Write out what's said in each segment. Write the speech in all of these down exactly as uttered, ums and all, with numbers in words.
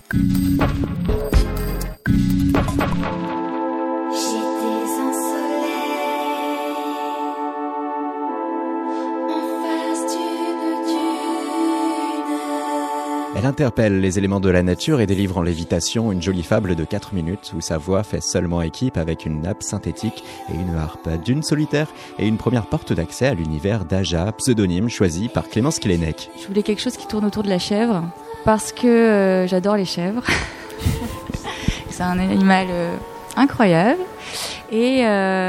Elle interpelle les éléments de la nature et délivre en lévitation une jolie fable de quatre minutes où sa voix fait seulement équipe avec une nappe synthétique et une harpe, d'une solitaire et une première porte d'accès à l'univers d'Aja, pseudonyme choisi par Clémence Kelenek. Je voulais quelque chose qui tourne autour de la chèvre parce que euh, j'adore les chèvres. C'est un animal euh, incroyable et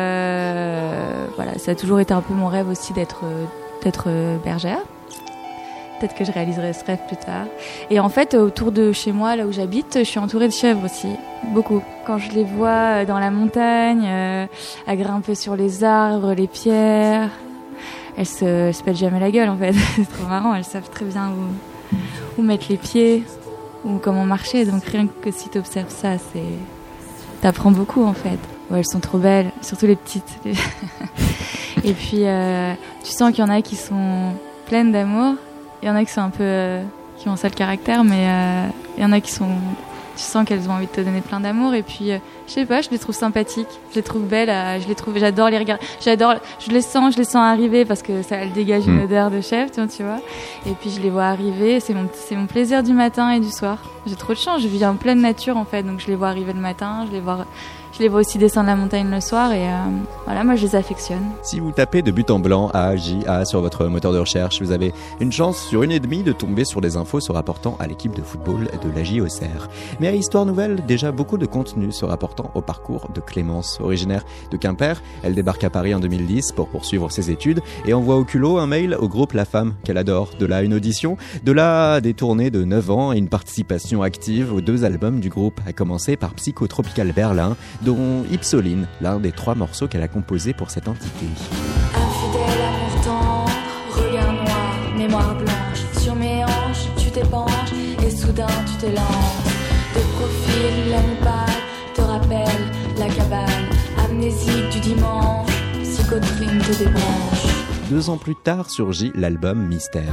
euh, voilà, ça a toujours été un peu mon rêve aussi d'être, euh, d'être euh, bergère. Peut-être que je réaliserai ce rêve plus tard. Et en fait, autour de chez moi, là où j'habite, je suis entourée de chèvres aussi, beaucoup. Quand je les vois dans la montagne, euh, à grimper sur les arbres, les pierres, elles se, elles se pètent jamais la gueule en fait. C'est trop marrant, elles savent très bien où, où mettre les pieds, ou comment marcher. Donc rien que si tu observes ça, c'est... t'apprends beaucoup en fait. Ouais, elles sont trop belles, surtout les petites. Et puis, euh, tu sens qu'il y en a qui sont pleines d'amour. Il y en a qui sont un peu, euh, qui ont un sale caractère, mais euh, il y en a qui sont, tu sens qu'elles ont envie de te donner plein d'amour. Et puis, euh, je sais pas, je les trouve sympathiques, je les trouve belles, euh, je les trouve, j'adore les regarder, j'adore, je les sens, je les sens arriver parce que ça, elles dégagent une odeur de chèvre, tu vois, tu vois. Et puis je les vois arriver, c'est mon, c'est mon plaisir du matin et du soir. J'ai trop de chance, je vis en pleine nature en fait, donc je les vois arriver le matin, je les vois. Je les vois aussi descendre la montagne le soir et euh, voilà, moi je les affectionne. Si vous tapez de but en blanc A J A sur votre moteur de recherche, vous avez une chance sur une et demie de tomber sur des infos se rapportant à l'équipe de football de l'A J Auxerre. Mais à Histoire Nouvelle, déjà beaucoup de contenu se rapportant au parcours de Clémence. Originaire de Quimper, elle débarque à Paris en deux mille dix pour poursuivre ses études et envoie au culot un mail au groupe La Femme qu'elle adore. De là une audition, de là des tournées de neuf ans et une participation active aux deux albums du groupe, à commencer par Psychotropical Berlin, dont Ipsoline, l'un des trois morceaux qu'elle a composé pour cette entité. Infidèle, amour tendre, regard noir, mémoire blanche. Sur mes hanches, tu t'épanches et soudain tu t'élances. De profil, la nuit pâle te rappelle la cabane. Amnésique du dimanche, psychotrine te débranche. Deux ans plus tard surgit l'album Mystère.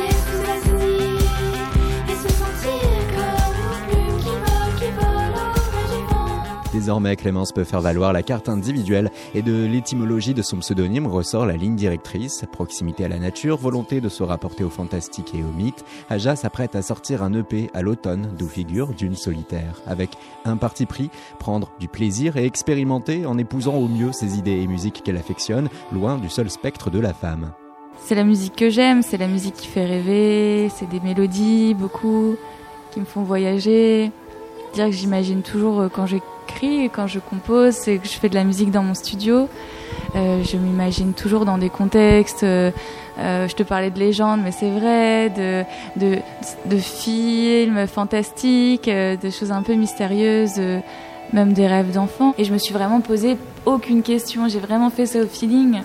Désormais, Clémence peut faire valoir la carte individuelle et de l'étymologie de son pseudonyme ressort la ligne directrice, proximité à la nature, volonté de se rapporter au fantastique et au mythe. Aja s'apprête à sortir un E P à l'automne, d'où figure D'une solitaire, avec un parti pris, prendre du plaisir et expérimenter en épousant au mieux ses idées et musiques qu'elle affectionne, loin du seul spectre de la femme. C'est la musique que j'aime, c'est la musique qui fait rêver, c'est des mélodies, beaucoup, qui me font voyager. Dire que j'imagine toujours quand j'écris, quand je compose, c'est que je fais de la musique dans mon studio. Euh, je m'imagine toujours dans des contextes. Euh, euh, je te parlais de légendes, mais c'est vrai, de de, de films fantastiques, euh, de choses un peu mystérieuses, euh, même des rêves d'enfants. Et je me suis vraiment posé aucune question. J'ai vraiment fait ça au feeling.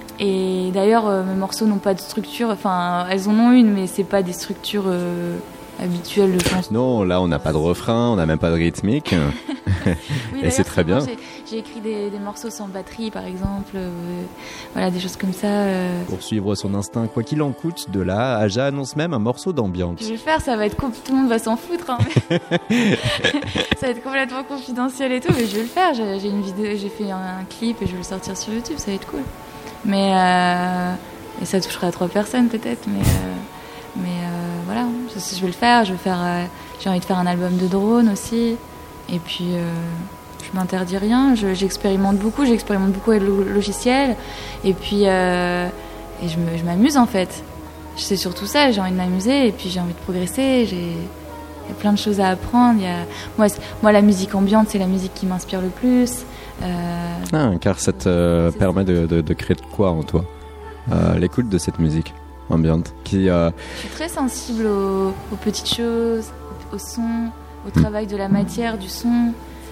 Et d'ailleurs, euh, mes morceaux n'ont pas de structure. Enfin, elles en ont une, mais c'est pas des structures. Euh, habituel de chanson. Non, là on n'a pas de refrain, on n'a même pas de rythmique. Oui, et c'est très bien. J'ai, j'ai écrit des, des morceaux sans batterie par exemple, euh, voilà, des choses comme ça. Euh... Pour suivre son instinct, quoi qu'il en coûte, de là, Aja annonce même un morceau d'ambiance. Je vais le faire, ça va être cool, tout le monde va s'en foutre. Hein, mais... ça va être complètement confidentiel et tout, mais je vais le faire. J'ai, j'ai une vidéo, j'ai fait un, un clip et je vais le sortir sur YouTube, ça va être cool. Mais euh... et ça touchera à trois personnes peut-être, mais. Euh... Mais euh, voilà, je, je vais le faire. Je vais faire. Euh, j'ai envie de faire un album de drone aussi. Et puis, euh, je m'interdis rien. Je, j'expérimente beaucoup. J'expérimente beaucoup avec le logiciel. Et puis, euh, et je, me, je m'amuse en fait. C'est surtout ça. J'ai envie de m'amuser. Et puis, j'ai envie de progresser. J'ai, il y a plein de choses à apprendre. Il y a, moi, moi, la musique ambiante, c'est la musique qui m'inspire le plus. Euh, ah, car ça te permet de, de, de créer de quoi en toi, euh, l'écoute de cette musique ambiante qui euh... Je suis très sensible aux, aux petites choses, au son, au travail de la matière, du son,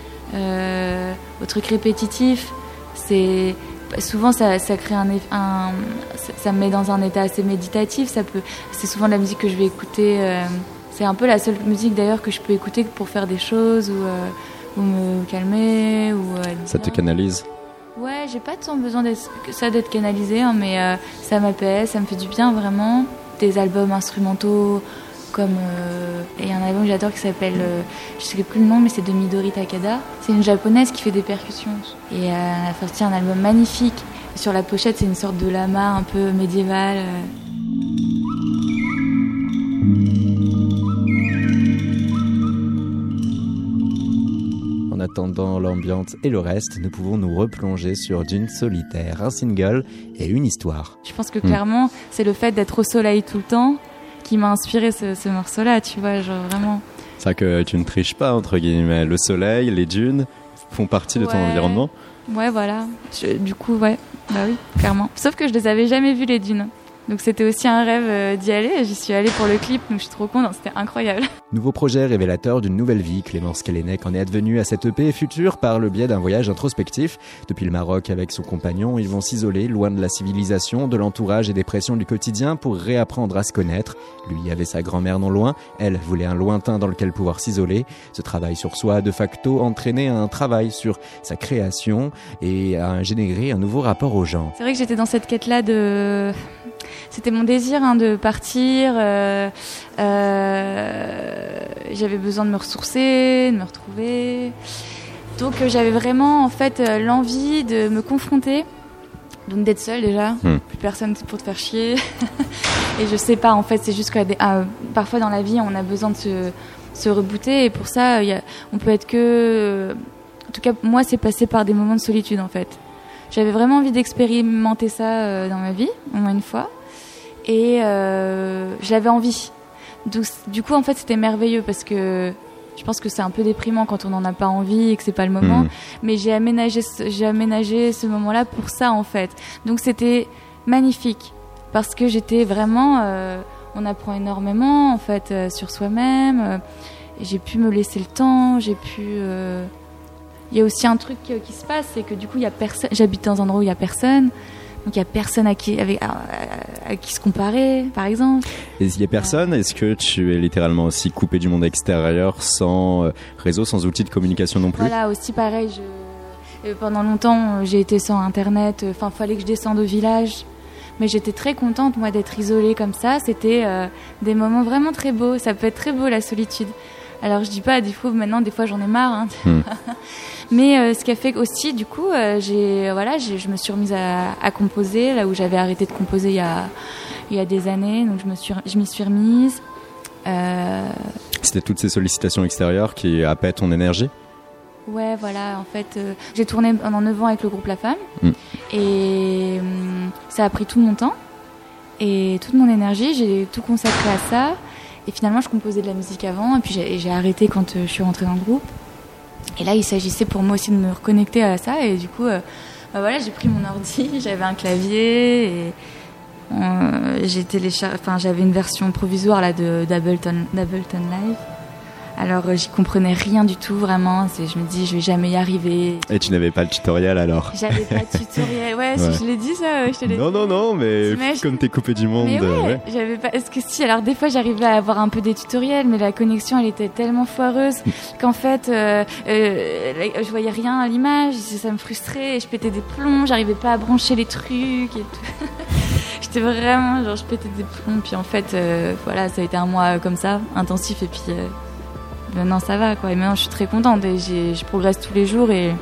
euh, aux trucs répétitifs. C'est souvent ça, ça crée un, un ça, ça me met dans un état assez méditatif. Ça peut, c'est souvent de la musique que je vais écouter. Euh, c'est un peu la seule musique d'ailleurs que je peux écouter pour faire des choses ou, euh, ou me calmer ou. Euh, ça te canalise. Ouais, j'ai pas tant besoin d'être, ça d'être canalisé, hein, mais euh, ça m'apaise, ça me fait du bien vraiment. Des albums instrumentaux comme euh, il y a un album que j'adore qui s'appelle, euh, je sais plus le nom, mais c'est de Midori Takada. C'est une japonaise qui fait des percussions et euh, elle a sorti un album magnifique. Et sur la pochette, c'est une sorte de lama un peu médiéval. Euh. En attendant l'ambiance et le reste, nous pouvons nous replonger sur Dune Solitaire, un single et une histoire. Je pense que clairement, mmh. c'est le fait d'être au soleil tout le temps qui m'a inspiré ce, ce morceau-là, tu vois, genre vraiment. C'est vrai que tu ne triches pas, entre guillemets. Le soleil, les dunes font partie de ouais. ton environnement. Ouais, voilà. Je, du coup, ouais, bah oui, clairement. Sauf que je les avais jamais vues, les dunes. Donc c'était aussi un rêve euh, d'y aller. J'y suis allée pour le clip, donc je suis trop contente, c'était incroyable. Nouveau projet révélateur d'une nouvelle vie, Clémence Kellenec en est advenue à cette E P future par le biais d'un voyage introspectif. Depuis le Maroc avec son compagnon, ils vont s'isoler loin de la civilisation, de l'entourage et des pressions du quotidien pour réapprendre à se connaître. Lui avait sa grand-mère non loin, elle voulait un lointain dans lequel pouvoir s'isoler. Ce travail sur soi a de facto entraîné un travail sur sa création et a généré un nouveau rapport aux gens. C'est vrai que j'étais dans cette quête-là de... C'était mon désir hein, de partir, euh, euh, j'avais besoin de me ressourcer, de me retrouver. Donc euh, j'avais vraiment en fait euh, l'envie de me confronter, donc d'être seule déjà, mmh. plus personne pour te faire chier. Et je sais pas, en fait c'est juste que ah, parfois dans la vie on a besoin de se, se rebooter et pour ça y a, on peut être que... Euh, en tout cas moi c'est passé par des moments de solitude en fait. J'avais vraiment envie d'expérimenter ça euh, dans ma vie, au moins une fois. Et euh, j'avais envie. Donc, du coup, en fait, c'était merveilleux parce que je pense que c'est un peu déprimant quand on n'en a pas envie et que c'est pas le moment. Mmh. Mais j'ai aménagé, j'ai aménagé ce moment-là pour ça, en fait. Donc, c'était magnifique parce que j'étais vraiment... Euh, on apprend énormément, en fait, euh, sur soi-même. Euh, et j'ai pu me laisser le temps, j'ai pu... Euh... Il y a aussi un truc qui se passe, c'est que du coup, il y a personne. J'habite dans un endroit où il y a personne, donc il y a personne à qui, avec, à, à, à qui se comparer, par exemple. Et s'il y a personne, est-ce que tu es littéralement aussi coupé du monde extérieur, sans réseau, sans outils de communication non plus ? Voilà, aussi pareil. Je... Pendant longtemps, j'ai été sans internet. Enfin, fallait que je descende au village. Mais j'étais très contente, moi, d'être isolée comme ça. C'était euh, des moments vraiment très beaux. Ça peut être très beau, la solitude. Alors je dis pas, des fois maintenant, des fois j'en ai marre. Hein. Hmm. Mais euh, ce qui a fait aussi, du coup, euh, j'ai, voilà, j'ai, je me suis remise à, à composer là où j'avais arrêté de composer il y a, il y a des années. Donc je me suis, je m'y suis remise. Euh... C'était toutes ces sollicitations extérieures qui appaient ton énergie ? Ouais, voilà. En fait, euh, j'ai tourné pendant neuf ans avec le groupe La Femme hmm. et euh, ça a pris tout mon temps et toute mon énergie. J'ai tout consacré à ça. Et finalement, je composais de la musique avant, et puis j'ai, j'ai arrêté quand euh, je suis rentrée dans le groupe. Et là, il s'agissait pour moi aussi de me reconnecter à ça, et du coup, euh, bah voilà, j'ai pris mon ordi, j'avais un clavier, et euh, j'ai téléchargé, enfin, j'avais une version provisoire là de d'Ableton, d'Ableton Live. Alors, euh, j'y comprenais rien du tout, vraiment. C'est, je me dis, je vais jamais y arriver. Et tu n'avais pas le tutoriel alors ? J'avais pas de tutoriel. Ouais, ouais. Je l'ai dit ça. Je te l'ai non, dit. non, non, mais T'imagines... comme t'es coupé du monde. Mais ouais, ouais. J'avais pas. Est-ce que si Alors des fois, j'arrivais à avoir un peu des tutoriels, mais la connexion, elle était tellement foireuse qu'en fait, euh, euh, je voyais rien à l'image. Ça me frustrait. Et je pétais des plombs. J'arrivais pas à brancher les trucs et tout. J'étais vraiment, genre, je pétais des plombs. Puis en fait, euh, voilà, ça a été un mois comme ça, intensif, et puis. Euh, Maintenant ça va quoi, et maintenant je suis très contente et j'ai, je progresse tous les jours et,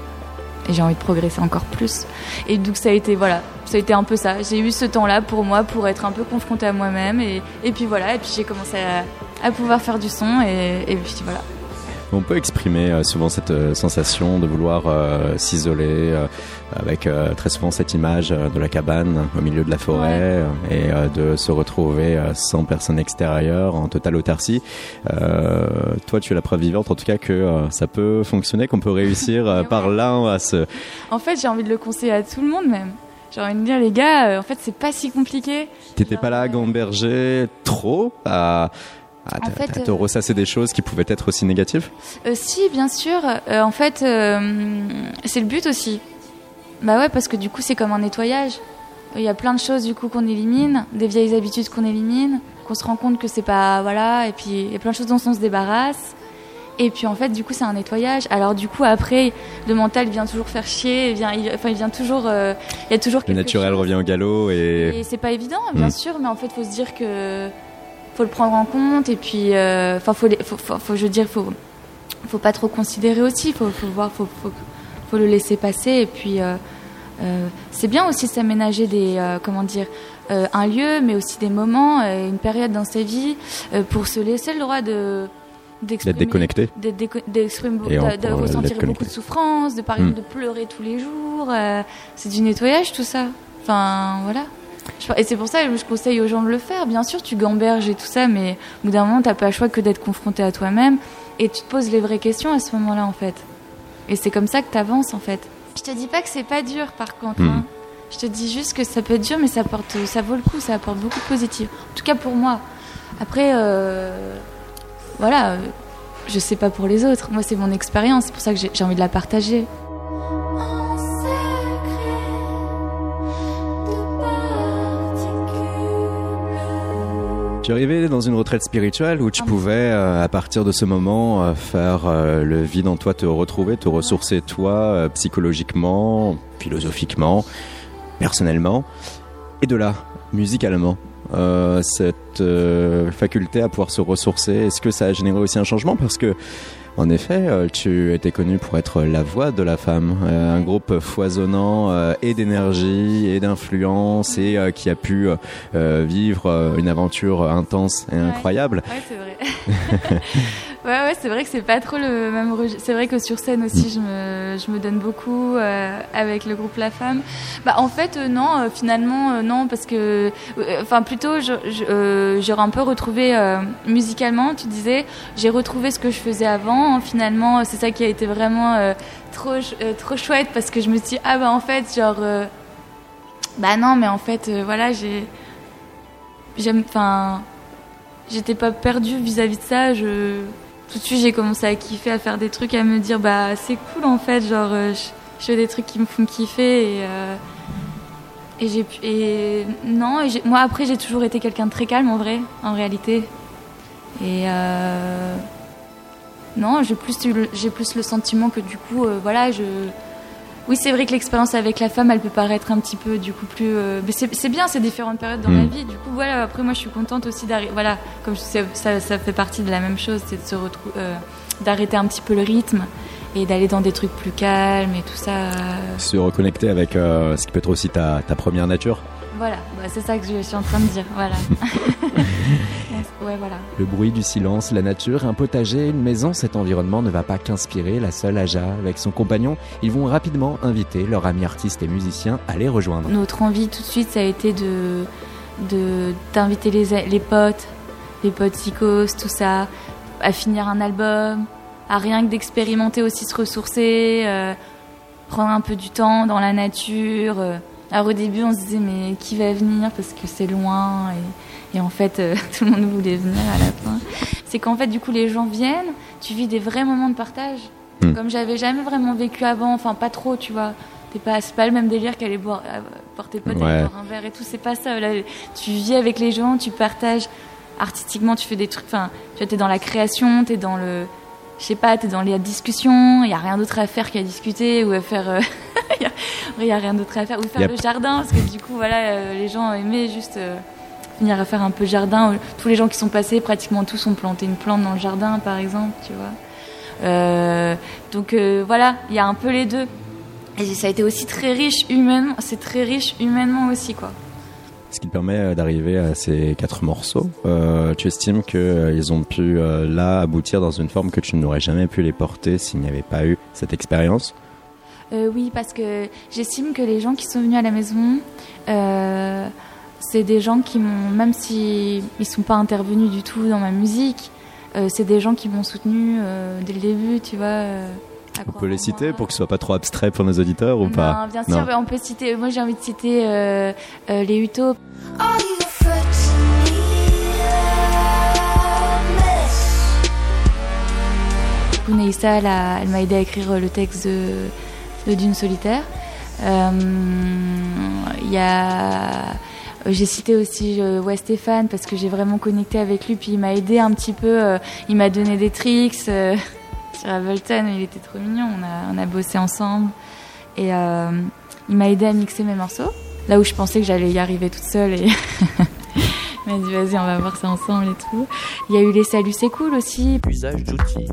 et j'ai envie de progresser encore plus. Et donc ça a été voilà, ça a été un peu ça. J'ai eu ce temps-là pour moi, pour être un peu confrontée à moi-même et, et puis voilà, et puis j'ai commencé à, à pouvoir faire du son et, et puis voilà. On peut exprimer euh, souvent cette euh, sensation de vouloir euh, s'isoler euh, avec euh, très souvent cette image euh, de la cabane au milieu de la forêt ouais. et euh, de se retrouver euh, sans personne extérieure, en totale autarcie. Euh, toi, tu es la preuve vivante en tout cas que euh, ça peut fonctionner, qu'on peut réussir euh, par ouais. là à se... En fait, j'ai envie de le conseiller à tout le monde même. J'ai envie de dire, les gars, euh, en fait, c'est pas si compliqué. T'étais Genre, pas là à gamberger trop à... Ah, en fait, t'as te ressassé des choses qui pouvaient être aussi négatives ? euh, Si, bien sûr. Euh, en fait, euh, c'est le but aussi. Bah ouais, parce que du coup, c'est comme un nettoyage. Il y a plein de choses du coup qu'on élimine, des vieilles habitudes qu'on élimine, qu'on se rend compte que c'est pas voilà, et puis il y a plein de choses dont on se débarrasse. Et puis en fait, du coup, c'est un nettoyage. Alors du coup, après, le mental vient toujours faire chier. Il vient, il, enfin, il vient toujours. Euh, il y a toujours. Le naturel chose. Revient au galop et. Et c'est pas évident, bien mmh. sûr, mais en fait, faut se dire que. faut le prendre en compte et puis, enfin, euh, faut, faut, faut, faut, je veux dire, faut, faut pas trop considérer aussi, faut, faut voir, faut, faut, faut le laisser passer et puis, euh, euh, c'est bien aussi de s'aménager des, euh, comment dire, euh, un lieu, mais aussi des moments, euh, une période dans sa vie, euh, pour se laisser le droit de d'être déconnecté, d'être déco- d'exprimer, de, de ressentir beaucoup de souffrance, de par exemple mmh. de pleurer tous les jours. Euh, c'est du nettoyage tout ça. Enfin voilà. Et c'est pour ça que je conseille aux gens de le faire. Bien sûr, tu gamberges et tout ça, mais au bout d'un moment, t'as pas le choix que d'être confronté à toi-même et tu te poses les vraies questions à ce moment-là en fait. Et c'est comme ça que t'avances en fait. Je te dis pas que c'est pas dur par contre. Mmh. Hein. Je te dis juste que ça peut être dur, mais ça apporte, ça vaut le coup, ça apporte beaucoup de positif. En tout cas pour moi. Après. Euh... Voilà, je sais pas pour les autres. Moi, c'est mon expérience. C'est pour ça que j'ai, j'ai envie de la partager. Tu es arrivé dans une retraite spirituelle où tu pouvais, euh, à partir de ce moment, euh, faire euh, le vide en toi, te retrouver, te ressourcer toi, euh, psychologiquement, philosophiquement, personnellement, et de là, musicalement. Euh, cette euh, faculté à pouvoir se ressourcer, est-ce que ça a généré aussi un changement? Parce que, en effet, euh, tu étais connu pour être la voix de la femme, euh, un groupe foisonnant euh, et d'énergie et d'influence et euh, qui a pu euh, vivre euh, une aventure intense et ouais. incroyable. Ouais, c'est vrai. ouais, ouais, c'est vrai que c'est pas trop le même registre. C'est vrai que sur scène aussi, je me, je me donne beaucoup euh, avec le groupe La Femme. Bah, en fait, euh, non, euh, finalement, euh, non, parce que, enfin, euh, plutôt, je, je, euh, j'aurais un peu retrouvé euh, musicalement. Tu disais, j'ai retrouvé ce que je faisais avant. Finalement, c'est ça qui a été vraiment euh, trop, euh, trop chouette parce que je me suis dit, ah bah en fait, genre, euh, bah non, mais en fait, euh, voilà, j'ai, j'aime, enfin, j'étais pas perdue vis-à-vis de ça. Je, tout de suite, j'ai commencé à kiffer, à faire des trucs, à me dire, bah c'est cool en fait, genre, euh, je, je fais des trucs qui me font kiffer et. Euh, Et j'ai et non, et j'ai, moi après j'ai toujours été quelqu'un de très calme en vrai, en réalité. Et euh, non, j'ai plus eu le, j'ai plus le sentiment que du coup, euh, voilà, je. Oui, c'est vrai que l'expérience avec la femme, elle peut paraître un petit peu du coup plus. Euh, mais c'est, c'est bien, c'est différentes périodes dans mmh. la vie. Du coup, voilà. Après, moi, je suis contente aussi d'arriver. Voilà, comme je sais, ça, ça fait partie de la même chose, c'est de se retrouver, euh, d'arrêter un petit peu le rythme. Et d'aller dans des trucs plus calmes et tout ça. Se reconnecter avec euh, ce qui peut être aussi ta, ta première nature. Voilà, bah, c'est ça que je suis en train de dire. Voilà. ouais, voilà. Le bruit du silence, la nature, un potager, une maison, cet environnement ne va pas qu'inspirer la seule Aja. Avec son compagnon, ils vont rapidement inviter leur ami artiste et musicien à les rejoindre. Notre envie tout de suite, ça a été de, de, d'inviter les, les potes, les potes psychos, tout ça, à finir un album. À rien que d'expérimenter aussi, se ressourcer, euh, prendre un peu du temps dans la nature. Euh. Alors au début, on se disait mais qui va venir parce que c'est loin et, et en fait euh, tout le monde voulait venir à la fin. C'est qu'en fait du coup les gens viennent, tu vis des vrais moments de partage mmh. comme j'avais jamais vraiment vécu avant, enfin pas trop, tu vois. T'es pas, c'est pas le même délire qu'aller boire, euh, porter potes, ouais. boire un verre et tout, c'est pas ça. Là, tu vis avec les gens, tu partages artistiquement, tu fais des trucs. Enfin, tu vois, t'es dans la création, t'es dans le je sais pas, t'es dans les discussions, il y a rien d'autre à faire qu'à discuter ou à faire, euh, il y a rien d'autre à faire ou faire yep. le jardin parce que du coup voilà, euh, les gens aimaient juste euh, finir à faire un peu jardin. Tous les gens qui sont passés, pratiquement tous ont planté une plante dans le jardin par exemple, tu vois. Euh, donc euh, voilà, il y a un peu les deux. Et ça a été aussi très riche humainement, c'est très riche humainement aussi quoi. Ce qui te permet d'arriver à ces quatre morceaux. Euh, tu estimes qu'ils euh, ont pu euh, là aboutir dans une forme que tu n'aurais jamais pu les porter s'il n'y avait pas eu cette expérience? euh, Oui, parce que j'estime que les gens qui sont venus à la maison, euh, c'est des gens qui m'ont, même s'ils ne sont pas intervenus du tout dans ma musique, euh, c'est des gens qui m'ont soutenu euh, dès le début, tu vois. Euh, On peut les citer pour que ce soit pas trop abstrait pour nos auditeurs ou non, pas? Bien sûr, non. On peut citer. Moi, j'ai envie de citer euh, euh, les Utos. Neissa, elle, a, elle m'a aidé à écrire le texte de, de Dune solitaire. Il euh, y a, j'ai cité aussi euh, ouais, Stéphane parce que j'ai vraiment connecté avec lui, puis il m'a aidé un petit peu. Euh, il m'a donné des tricks. Euh, Sur Ableton, il était trop mignon, on a, on a bossé ensemble et euh, il m'a aidé à mixer mes morceaux, là où je pensais que j'allais y arriver toute seule et Vas-y, vas-y, on va voir ça ensemble et tout. Il y a eu les Salut, c'est cool aussi. Usage d'outils.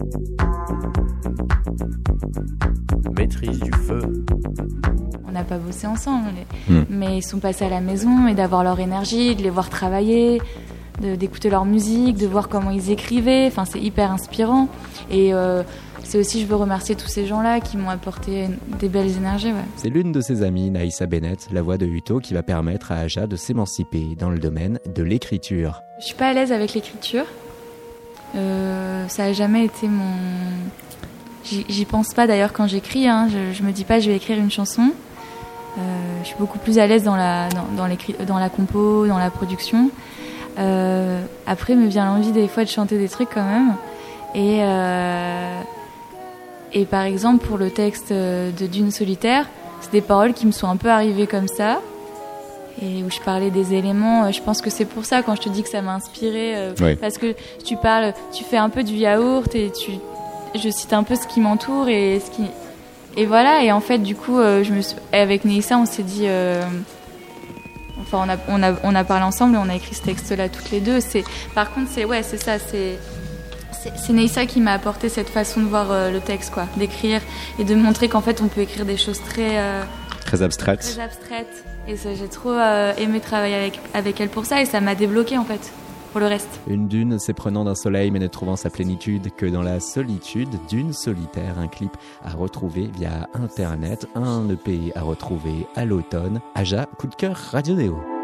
Maîtrise du feu. On n'a pas bossé ensemble, les... Mm. mais ils sont passés à la maison et d'avoir leur énergie, de les voir travailler, de, d'écouter leur musique, de voir comment ils écrivaient. Enfin, c'est hyper inspirant. Et euh, c'est aussi, je veux remercier tous ces gens-là qui m'ont apporté des belles énergies. Ouais. C'est l'une de ses amies, Naïssa Bennett, la voix de Uto, qui va permettre à Aja de s'émanciper dans le domaine de l'écriture. Je suis pas à l'aise avec l'écriture. Euh, ça a jamais été mon... J'y, j'y pense pas d'ailleurs quand j'écris. Hein. Je, je me dis pas je vais écrire une chanson. Euh, je suis beaucoup plus à l'aise dans la, dans, dans, l'écrit, dans la compo, dans la production. Euh, après, me vient l'envie des fois de chanter des trucs quand même. Et, euh, et par exemple, pour le texte de Dune solitaire, c'est des paroles qui me sont un peu arrivées comme ça. Et où je parlais des éléments, je pense que c'est pour ça quand je te dis que ça m'a inspirée. Euh, oui. Parce que tu parles, tu fais un peu du yaourt et tu, je cite un peu ce qui m'entoure et ce qui... Et voilà, et en fait, du coup, euh, je me suis... avec Neissa, on s'est dit... Euh... Enfin, on a, on, a, on a parlé ensemble et on a écrit ce texte-là toutes les deux. C'est... Par contre, c'est, ouais, c'est ça, c'est... C'est, c'est Neissa qui m'a apporté cette façon de voir euh, le texte, quoi, d'écrire et de montrer qu'en fait, on peut écrire des choses très... Euh... Très abstraites. Très abstraites. Et ça, j'ai trop euh, aimé travailler avec, avec elle pour ça et ça m'a débloqué, en fait. Pour le reste. Une dune s'éprenant d'un soleil mais ne trouvant sa plénitude que dans la solitude. Dune solitaire, un clip à retrouver via internet, un E P à retrouver à l'automne. Aja, coup de cœur Radio Néo.